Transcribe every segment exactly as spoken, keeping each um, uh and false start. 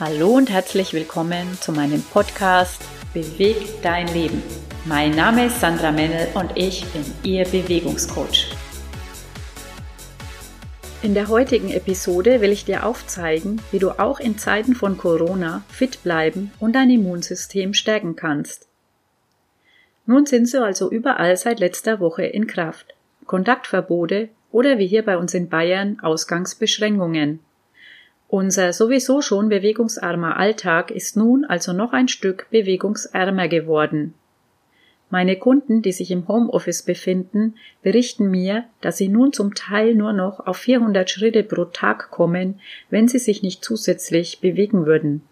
Hallo und herzlich willkommen zu meinem Podcast Beweg dein Leben. Mein Name ist Sandra Mennel und ich bin Ihr Bewegungscoach. In der heutigen Episode will ich dir aufzeigen, wie du auch in Zeiten von Corona fit bleiben und dein Immunsystem stärken kannst. Nun sind sie also überall seit letzter Woche in Kraft. Kontaktverbote oder wie hier bei uns in Bayern Ausgangsbeschränkungen. Unser sowieso schon bewegungsarmer Alltag ist nun also noch ein Stück bewegungsärmer geworden. Meine Kunden, die sich im Homeoffice befinden, berichten mir, dass sie nun zum Teil nur noch auf vierhundert Schritte pro Tag kommen, wenn sie sich nicht zusätzlich bewegen würden.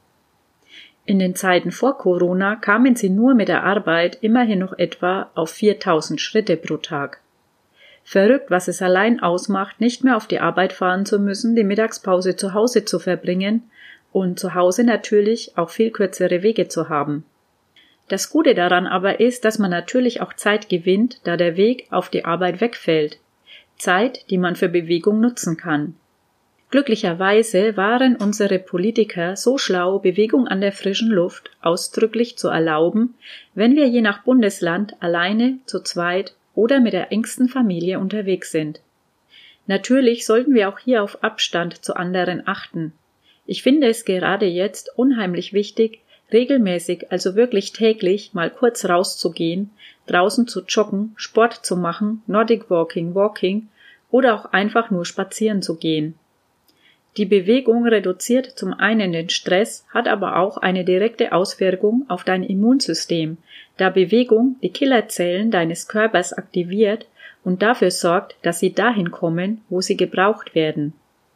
In den Zeiten vor Corona kamen sie nur mit der Arbeit immerhin noch etwa auf viertausend Schritte pro Tag. Verrückt, was es allein ausmacht, nicht mehr auf die Arbeit fahren zu müssen, die Mittagspause zu Hause zu verbringen und zu Hause natürlich auch viel kürzere Wege zu haben. Das Gute daran aber ist, dass man natürlich auch Zeit gewinnt, da der Weg auf die Arbeit wegfällt. Zeit, die man für Bewegung nutzen kann. Glücklicherweise waren unsere Politiker so schlau, Bewegung an der frischen Luft ausdrücklich zu erlauben, wenn wir je nach Bundesland alleine, zu zweit oder mit der engsten Familie unterwegs sind. Natürlich sollten wir auch hier auf Abstand zu anderen achten. Ich finde es gerade jetzt unheimlich wichtig, regelmäßig, also wirklich täglich, mal kurz rauszugehen, draußen zu joggen, Sport zu machen, Nordic Walking, Walking oder auch einfach nur spazieren zu gehen. Die Bewegung reduziert zum einen den Stress, hat aber auch eine direkte Auswirkung auf dein Immunsystem, da Bewegung die Killerzellen deines Körpers aktiviert und dafür sorgt, dass sie dahin kommen, wo sie gebraucht werden.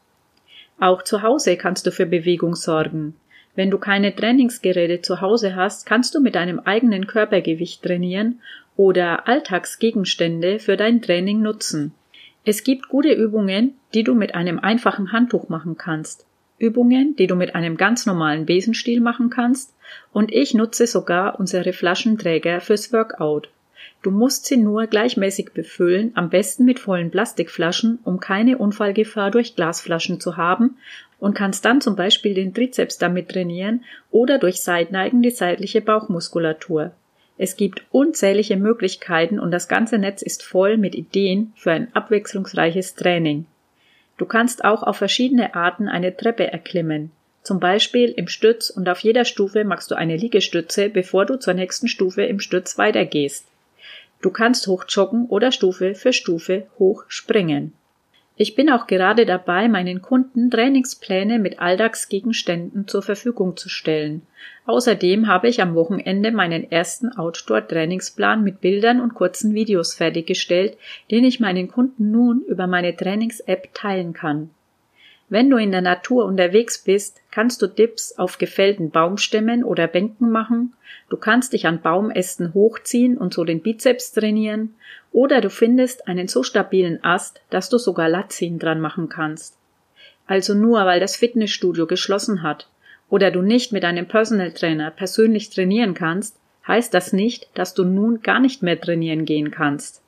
Auch zu Hause kannst du für Bewegung sorgen. Wenn du keine Trainingsgeräte zu Hause hast, kannst du mit deinem eigenen Körpergewicht trainieren oder Alltagsgegenstände für dein Training nutzen. Es gibt gute Übungen, die du mit einem einfachen Handtuch machen kannst. Übungen, die du mit einem ganz normalen Besenstiel machen kannst, und ich nutze sogar unsere Flaschenträger fürs Workout. Du musst sie nur gleichmäßig befüllen, am besten mit vollen Plastikflaschen, um keine Unfallgefahr durch Glasflaschen zu haben, und kannst dann zum Beispiel den Trizeps damit trainieren oder durch Seitneigen die seitliche Bauchmuskulatur. Es gibt unzählige Möglichkeiten und das ganze Netz ist voll mit Ideen für ein abwechslungsreiches Training. Du kannst auch auf verschiedene Arten eine Treppe erklimmen. Zum Beispiel im Stütz und auf jeder Stufe machst du eine Liegestütze, bevor du zur nächsten Stufe im Stütz weitergehst. Du kannst hochjoggen oder Stufe für Stufe hoch springen. Ich bin auch gerade dabei, meinen Kunden Trainingspläne mit Alltagsgegenständen zur Verfügung zu stellen. Außerdem habe ich am Wochenende meinen ersten Outdoor-Trainingsplan mit Bildern und kurzen Videos fertiggestellt, den ich meinen Kunden nun über meine Trainings-App teilen kann. Wenn du in der Natur unterwegs bist, kannst du Dips auf gefällten Baumstämmen oder Bänken machen, du kannst dich an Baumästen hochziehen und so den Bizeps trainieren, oder du findest einen so stabilen Ast, dass du sogar Latziehen dran machen kannst. Also nur weil das Fitnessstudio geschlossen hat oder du nicht mit einem Personal Trainer persönlich trainieren kannst, heißt das nicht, dass du nun gar nicht mehr trainieren gehen kannst.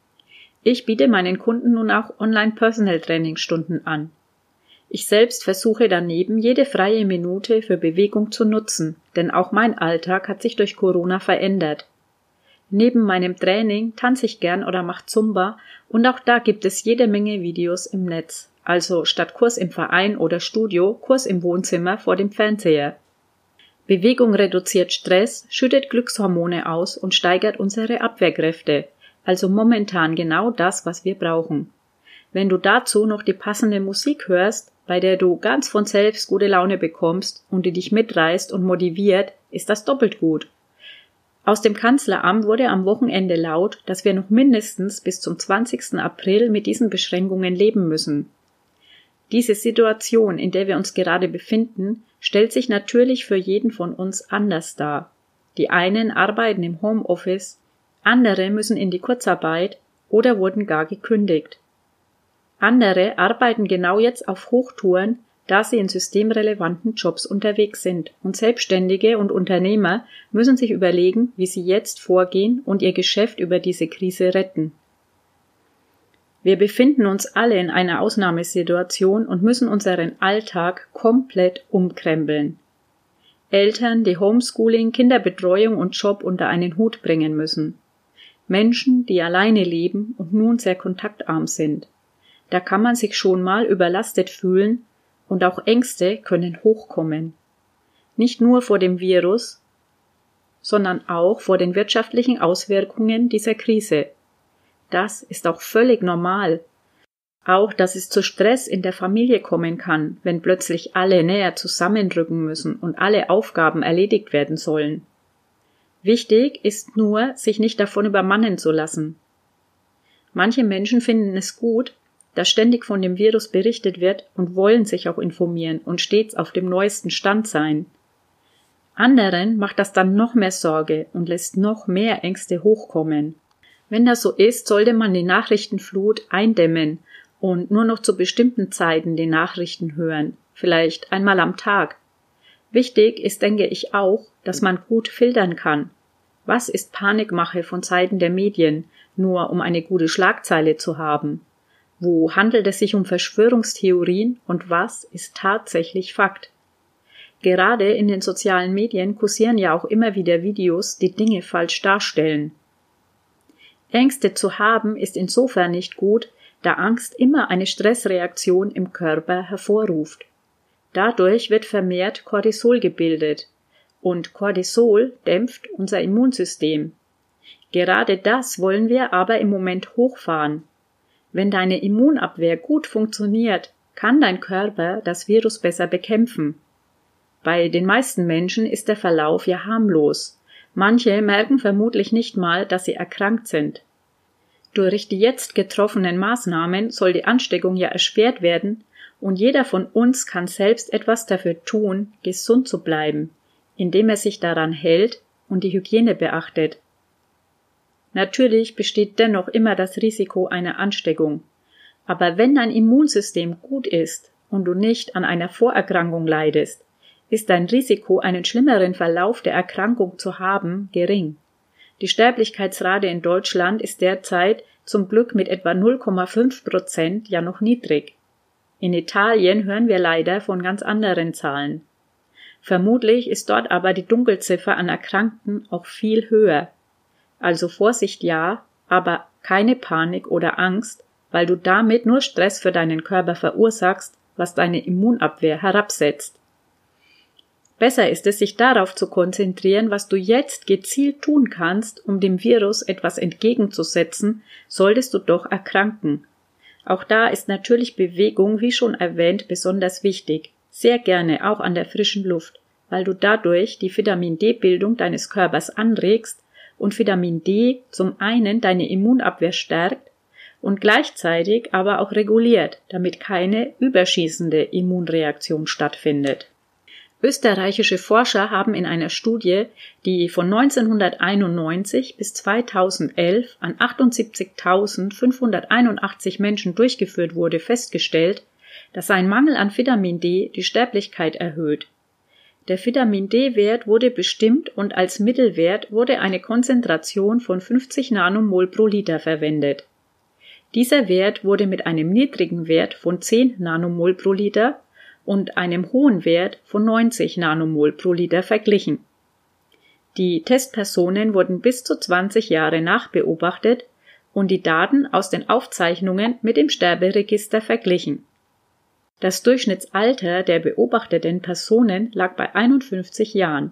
Ich biete meinen Kunden nun auch Online-Personal-Training-Stunden an. Ich selbst versuche daneben, jede freie Minute für Bewegung zu nutzen, denn auch mein Alltag hat sich durch Corona verändert. Neben meinem Training tanze ich gern oder mache Zumba und auch da gibt es jede Menge Videos im Netz, also statt Kurs im Verein oder Studio, Kurs im Wohnzimmer vor dem Fernseher. Bewegung reduziert Stress, schüttet Glückshormone aus und steigert unsere Abwehrkräfte, also momentan genau das, was wir brauchen. Wenn du dazu noch die passende Musik hörst, bei der du ganz von selbst gute Laune bekommst und die dich mitreißt und motiviert, ist das doppelt gut. Aus dem Kanzleramt wurde am Wochenende laut, dass wir noch mindestens bis zum zwanzigsten April mit diesen Beschränkungen leben müssen. Diese Situation, in der wir uns gerade befinden, stellt sich natürlich für jeden von uns anders dar. Die einen arbeiten im Homeoffice, andere müssen in die Kurzarbeit oder wurden gar gekündigt. Andere arbeiten genau jetzt auf Hochtouren, da sie in systemrelevanten Jobs unterwegs sind, und Selbstständige und Unternehmer müssen sich überlegen, wie sie jetzt vorgehen und ihr Geschäft über diese Krise retten. Wir befinden uns alle in einer Ausnahmesituation und müssen unseren Alltag komplett umkrempeln. Eltern, die Homeschooling, Kinderbetreuung und Job unter einen Hut bringen müssen. Menschen, die alleine leben und nun sehr kontaktarm sind. Da kann man sich schon mal überlastet fühlen und auch Ängste können hochkommen. Nicht nur vor dem Virus, sondern auch vor den wirtschaftlichen Auswirkungen dieser Krise. Das ist auch völlig normal. Auch, dass es zu Stress in der Familie kommen kann, wenn plötzlich alle näher zusammenrücken müssen und alle Aufgaben erledigt werden sollen. Wichtig ist nur, sich nicht davon übermannen zu lassen. Manche Menschen finden es gut, dass ständig von dem Virus berichtet wird und wollen sich auch informieren und stets auf dem neuesten Stand sein. Anderen macht das dann noch mehr Sorge und lässt noch mehr Ängste hochkommen. Wenn das so ist, sollte man die Nachrichtenflut eindämmen und nur noch zu bestimmten Zeiten die Nachrichten hören, vielleicht einmal am Tag. Wichtig ist, denke ich, auch, dass man gut filtern kann. Was ist Panikmache von Seiten der Medien, nur um eine gute Schlagzeile zu haben? Wo handelt es sich um Verschwörungstheorien und was ist tatsächlich Fakt? Gerade in den sozialen Medien kursieren ja auch immer wieder Videos, die Dinge falsch darstellen. Ängste zu haben ist insofern nicht gut, da Angst immer eine Stressreaktion im Körper hervorruft. Dadurch wird vermehrt Cortisol gebildet und Cortisol dämpft unser Immunsystem. Gerade das wollen wir aber im Moment hochfahren. Wenn deine Immunabwehr gut funktioniert, kann dein Körper das Virus besser bekämpfen. Bei den meisten Menschen ist der Verlauf ja harmlos. Manche merken vermutlich nicht mal, dass sie erkrankt sind. Durch die jetzt getroffenen Maßnahmen soll die Ansteckung ja erschwert werden und jeder von uns kann selbst etwas dafür tun, gesund zu bleiben, indem er sich daran hält und die Hygiene beachtet. Natürlich besteht dennoch immer das Risiko einer Ansteckung. Aber wenn dein Immunsystem gut ist und du nicht an einer Vorerkrankung leidest, ist dein Risiko, einen schlimmeren Verlauf der Erkrankung zu haben, gering. Die Sterblichkeitsrate in Deutschland ist derzeit zum Glück mit etwa null Komma fünf Prozent ja noch niedrig. In Italien hören wir leider von ganz anderen Zahlen. Vermutlich ist dort aber die Dunkelziffer an Erkrankten auch viel höher. Also Vorsicht ja, aber keine Panik oder Angst, weil du damit nur Stress für deinen Körper verursachst, was deine Immunabwehr herabsetzt. Besser ist es, sich darauf zu konzentrieren, was du jetzt gezielt tun kannst, um dem Virus etwas entgegenzusetzen, solltest du doch erkranken. Auch da ist natürlich Bewegung, wie schon erwähnt, besonders wichtig. Sehr gerne auch an der frischen Luft, weil du dadurch die Vitamin-D-Bildung deines Körpers anregst und Vitamin D zum einen deine Immunabwehr stärkt und gleichzeitig aber auch reguliert, damit keine überschießende Immunreaktion stattfindet. Österreichische Forscher haben in einer Studie, die von neunzehnhunderteinundneunzig bis zweitausendelf an achtundsiebzigtausendfünfhunderteinundachtzig Menschen durchgeführt wurde, festgestellt, dass ein Mangel an Vitamin D die Sterblichkeit erhöht. Der Vitamin-D-Wert wurde bestimmt und als Mittelwert wurde eine Konzentration von fünfzig Nanomol pro Liter verwendet. Dieser Wert wurde mit einem niedrigen Wert von zehn Nanomol pro Liter und einem hohen Wert von neunzig Nanomol pro Liter verglichen. Die Testpersonen wurden bis zu zwanzig Jahre nachbeobachtet und die Daten aus den Aufzeichnungen mit dem Sterberegister verglichen. Das Durchschnittsalter der beobachteten Personen lag bei einundfünfzig Jahren.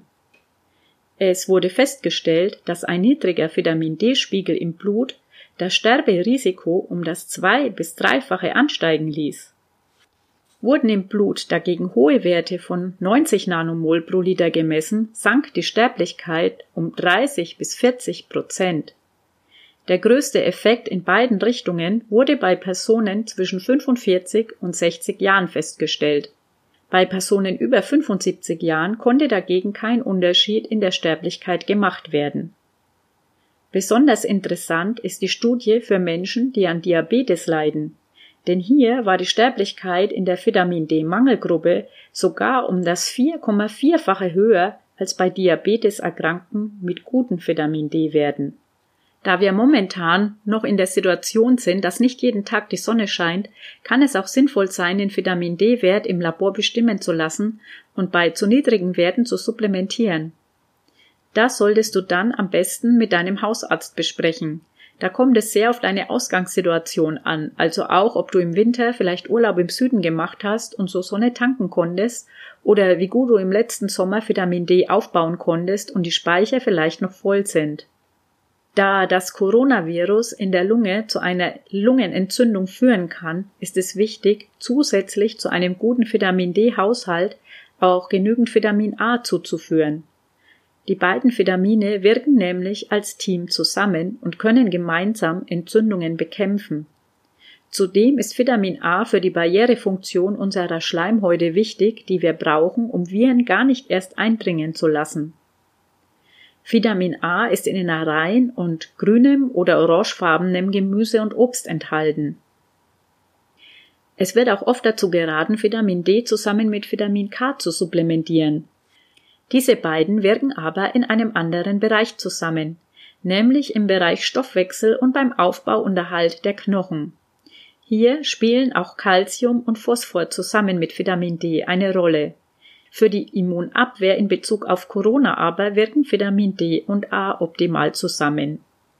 Es wurde festgestellt, dass ein niedriger Vitamin-D-Spiegel im Blut das Sterberisiko um das zwei- bis dreifache ansteigen ließ. Wurden im Blut dagegen hohe Werte von neunzig Nanomol pro Liter gemessen, sank die Sterblichkeit um dreißig bis vierzig Prozent. Der größte Effekt in beiden Richtungen wurde bei Personen zwischen fünfundvierzig und sechzig Jahren festgestellt. Bei Personen über fünfundsiebzig Jahren konnte dagegen kein Unterschied in der Sterblichkeit gemacht werden. Besonders interessant ist die Studie für Menschen, die an Diabetes leiden. Denn hier war die Sterblichkeit in der Vitamin-D-Mangelgruppe sogar um das vier Komma vier-fache höher als bei Diabeteserkrankten mit guten Vitamin-D-Werten. Da wir momentan noch in der Situation sind, dass nicht jeden Tag die Sonne scheint, kann es auch sinnvoll sein, den Vitamin-D-Wert im Labor bestimmen zu lassen und bei zu niedrigen Werten zu supplementieren. Das solltest du dann am besten mit deinem Hausarzt besprechen. Da kommt es sehr auf deine Ausgangssituation an, also auch, ob du im Winter vielleicht Urlaub im Süden gemacht hast und so Sonne tanken konntest oder wie gut du im letzten Sommer Vitamin D aufbauen konntest und die Speicher vielleicht noch voll sind. Da das Coronavirus in der Lunge zu einer Lungenentzündung führen kann, ist es wichtig, zusätzlich zu einem guten Vitamin-D-Haushalt auch genügend Vitamin A zuzuführen. Die beiden Vitamine wirken nämlich als Team zusammen und können gemeinsam Entzündungen bekämpfen. Zudem ist Vitamin A für die Barrierefunktion unserer Schleimhäute wichtig, die wir brauchen, um Viren gar nicht erst eindringen zu lassen. Vitamin A ist in Innereien und grünem oder orangefarbenem Gemüse und Obst enthalten. Es wird auch oft dazu geraten, Vitamin D zusammen mit Vitamin K zu supplementieren. Diese beiden wirken aber in einem anderen Bereich zusammen, nämlich im Bereich Stoffwechsel und beim Aufbau und Erhalt der Knochen. Hier spielen auch Calcium und Phosphor zusammen mit Vitamin D eine Rolle. Für die Immunabwehr in Bezug auf Corona aber wirken Vitamin D und A optimal zusammen.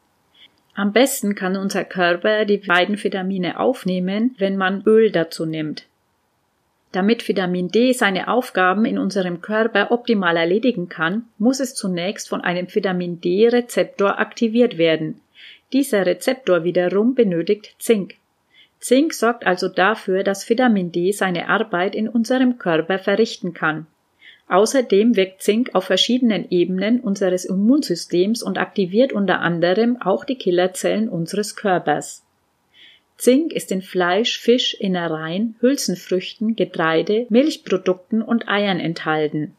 Am besten kann unser Körper die beiden Vitamine aufnehmen, wenn man Öl dazu nimmt. Damit Vitamin D seine Aufgaben in unserem Körper optimal erledigen kann, muss es zunächst von einem Vitamin D-Rezeptor aktiviert werden. Dieser Rezeptor wiederum benötigt Zink. Zink sorgt also dafür, dass Vitamin D seine Arbeit in unserem Körper verrichten kann. Außerdem wirkt Zink auf verschiedenen Ebenen unseres Immunsystems und aktiviert unter anderem auch die Killerzellen unseres Körpers. Zink ist in Fleisch, Fisch, Innereien, Hülsenfrüchten, Getreide, Milchprodukten und Eiern enthalten.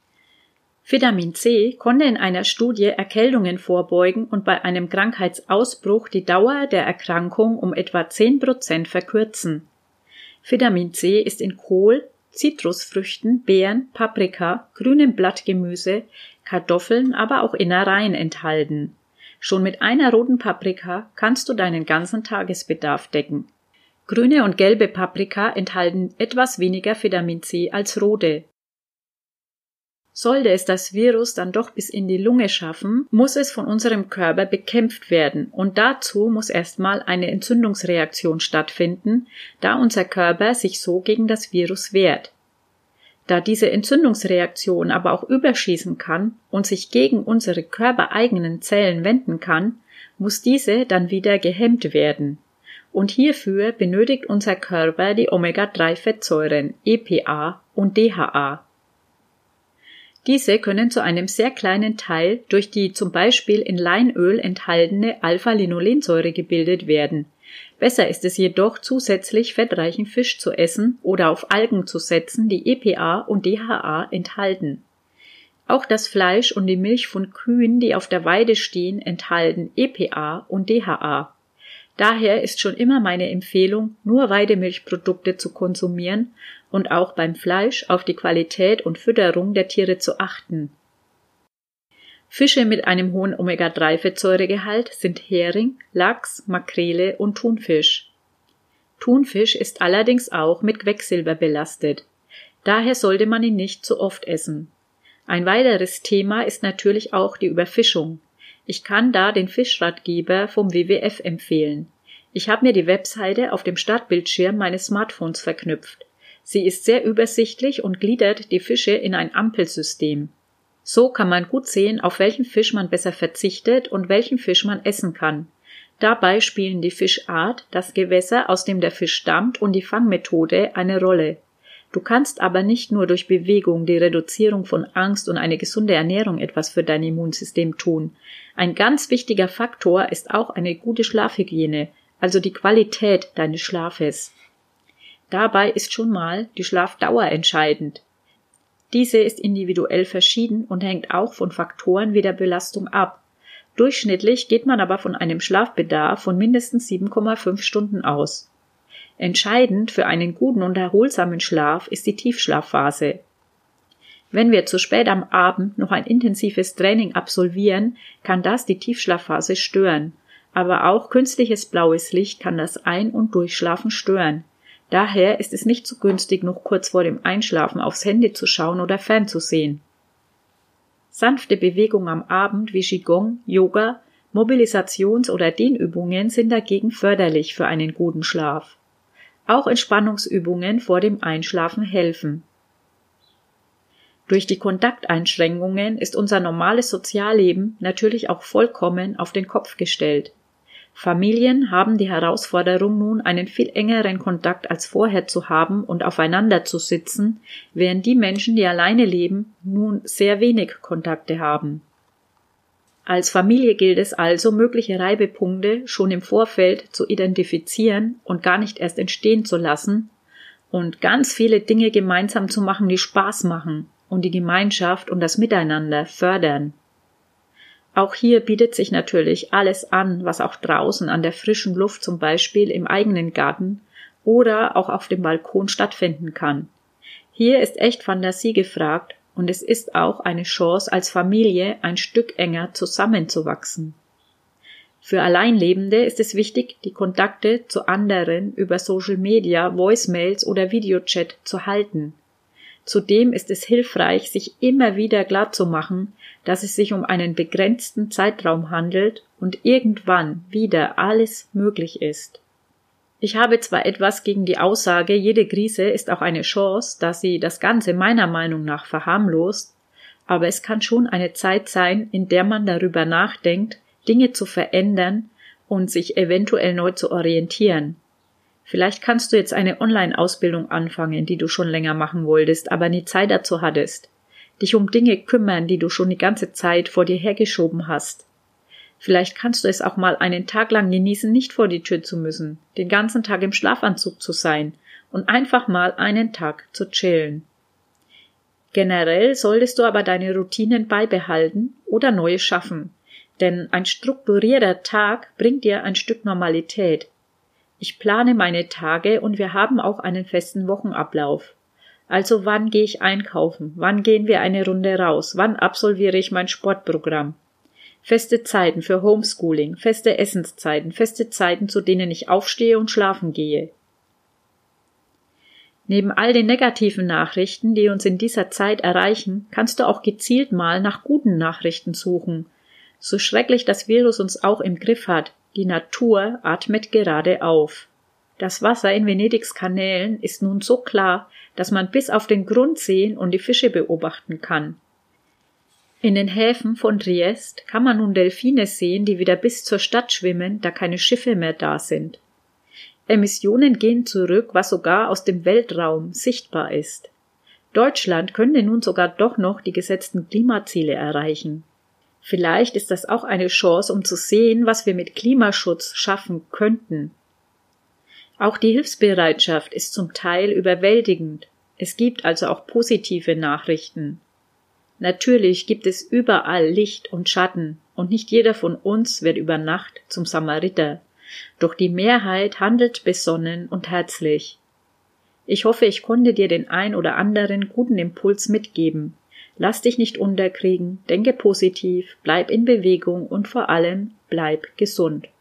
Vitamin C konnte in einer Studie Erkältungen vorbeugen und bei einem Krankheitsausbruch die Dauer der Erkrankung um etwa zehn Prozent verkürzen. Vitamin C ist in Kohl, Zitrusfrüchten, Beeren, Paprika, grünem Blattgemüse, Kartoffeln, aber auch Innereien enthalten. Schon mit einer roten Paprika kannst du deinen ganzen Tagesbedarf decken. Grüne und gelbe Paprika enthalten etwas weniger Vitamin C als rote. Sollte es das Virus dann doch bis in die Lunge schaffen, muss es von unserem Körper bekämpft werden und dazu muss erstmal eine Entzündungsreaktion stattfinden, da unser Körper sich so gegen das Virus wehrt. Da diese Entzündungsreaktion aber auch überschießen kann und sich gegen unsere körpereigenen Zellen wenden kann, muss diese dann wieder gehemmt werden. Und hierfür benötigt unser Körper die Omega drei Fettsäuren E P A und D H A. Diese können zu einem sehr kleinen Teil durch die zum Beispiel in Leinöl enthaltene Alpha-Linolensäure gebildet werden. Besser ist es jedoch, zusätzlich fettreichen Fisch zu essen oder auf Algen zu setzen, die E P A und D H A enthalten. Auch das Fleisch und die Milch von Kühen, die auf der Weide stehen, enthalten E P A und D H A. Daher ist schon immer meine Empfehlung, nur Weidemilchprodukte zu konsumieren und auch beim Fleisch auf die Qualität und Fütterung der Tiere zu achten. Fische mit einem hohen Omega drei Fettsäuregehalt sind Hering, Lachs, Makrele und Thunfisch. Thunfisch ist allerdings auch mit Quecksilber belastet. Daher sollte man ihn nicht zu oft essen. Ein weiteres Thema ist natürlich auch die Überfischung. Ich kann da den Fischratgeber vom W W F empfehlen. Ich habe mir die Webseite auf dem Startbildschirm meines Smartphones verknüpft. Sie ist sehr übersichtlich und gliedert die Fische in ein Ampelsystem. So kann man gut sehen, auf welchen Fisch man besser verzichtet und welchen Fisch man essen kann. Dabei spielen die Fischart, das Gewässer, aus dem der Fisch stammt, und die Fangmethode eine Rolle. Du kannst aber nicht nur durch Bewegung, die Reduzierung von Angst und eine gesunde Ernährung etwas für dein Immunsystem tun. Ein ganz wichtiger Faktor ist auch eine gute Schlafhygiene, also die Qualität deines Schlafes. Dabei ist schon mal die Schlafdauer entscheidend. Diese ist individuell verschieden und hängt auch von Faktoren wie der Belastung ab. Durchschnittlich geht man aber von einem Schlafbedarf von mindestens sieben Komma fünf Stunden aus. Entscheidend für einen guten und erholsamen Schlaf ist die Tiefschlafphase. Wenn wir zu spät am Abend noch ein intensives Training absolvieren, kann das die Tiefschlafphase stören. Aber auch künstliches blaues Licht kann das Ein- und Durchschlafen stören. Daher ist es nicht so günstig, noch kurz vor dem Einschlafen aufs Handy zu schauen oder fernzusehen. Sanfte Bewegung am Abend wie Qigong, Yoga, Mobilisations- oder Dehnübungen sind dagegen förderlich für einen guten Schlaf. Auch Entspannungsübungen vor dem Einschlafen helfen. Durch die Kontakteinschränkungen ist unser normales Sozialleben natürlich auch vollkommen auf den Kopf gestellt. Familien haben die Herausforderung nun, einen viel engeren Kontakt als vorher zu haben und aufeinander zu sitzen, während die Menschen, die alleine leben, nun sehr wenig Kontakte haben. Als Familie gilt es also, mögliche Reibepunkte schon im Vorfeld zu identifizieren und gar nicht erst entstehen zu lassen und ganz viele Dinge gemeinsam zu machen, die Spaß machen und die Gemeinschaft und das Miteinander fördern. Auch hier bietet sich natürlich alles an, was auch draußen an der frischen Luft, zum Beispiel im eigenen Garten oder auch auf dem Balkon stattfinden kann. Hier ist echt Fantasie gefragt und es ist auch eine Chance, als Familie ein Stück enger zusammenzuwachsen. Für Alleinlebende ist es wichtig, die Kontakte zu anderen über Social Media, Voicemails oder Videochat zu halten. Zudem ist es hilfreich, sich immer wieder klarzumachen, dass es sich um einen begrenzten Zeitraum handelt und irgendwann wieder alles möglich ist. Ich habe zwar etwas gegen die Aussage, jede Krise ist auch eine Chance, da sie das Ganze meiner Meinung nach verharmlost, aber es kann schon eine Zeit sein, in der man darüber nachdenkt, Dinge zu verändern und sich eventuell neu zu orientieren. Vielleicht kannst du jetzt eine Online-Ausbildung anfangen, die du schon länger machen wolltest, aber nie Zeit dazu hattest. Dich um Dinge kümmern, die du schon die ganze Zeit vor dir hergeschoben hast. Vielleicht kannst du es auch mal einen Tag lang genießen, nicht vor die Tür zu müssen, den ganzen Tag im Schlafanzug zu sein und einfach mal einen Tag zu chillen. Generell solltest du aber deine Routinen beibehalten oder neue schaffen, denn ein strukturierter Tag bringt dir ein Stück Normalität. Ich plane meine Tage und wir haben auch einen festen Wochenablauf. Also wann gehe ich einkaufen? Wann gehen wir eine Runde raus? Wann absolviere ich mein Sportprogramm? Feste Zeiten für Homeschooling, feste Essenszeiten, feste Zeiten, zu denen ich aufstehe und schlafen gehe. Neben all den negativen Nachrichten, die uns in dieser Zeit erreichen, kannst du auch gezielt mal nach guten Nachrichten suchen. So schrecklich das Virus uns auch im Griff hat, die Natur atmet gerade auf. Das Wasser in Venedigs Kanälen ist nun so klar, dass man bis auf den Grund sehen und die Fische beobachten kann. In den Häfen von Triest kann man nun Delfine sehen, die wieder bis zur Stadt schwimmen, da keine Schiffe mehr da sind. Emissionen gehen zurück, was sogar aus dem Weltraum sichtbar ist. Deutschland könnte nun sogar doch noch die gesetzten Klimaziele erreichen. Vielleicht ist das auch eine Chance, um zu sehen, was wir mit Klimaschutz schaffen könnten. Auch die Hilfsbereitschaft ist zum Teil überwältigend. Es gibt also auch positive Nachrichten. Natürlich gibt es überall Licht und Schatten und nicht jeder von uns wird über Nacht zum Samariter. Doch die Mehrheit handelt besonnen und herzlich. Ich hoffe, ich konnte dir den ein oder anderen guten Impuls mitgeben. Lass dich nicht unterkriegen, denke positiv, bleib in Bewegung und vor allem bleib gesund.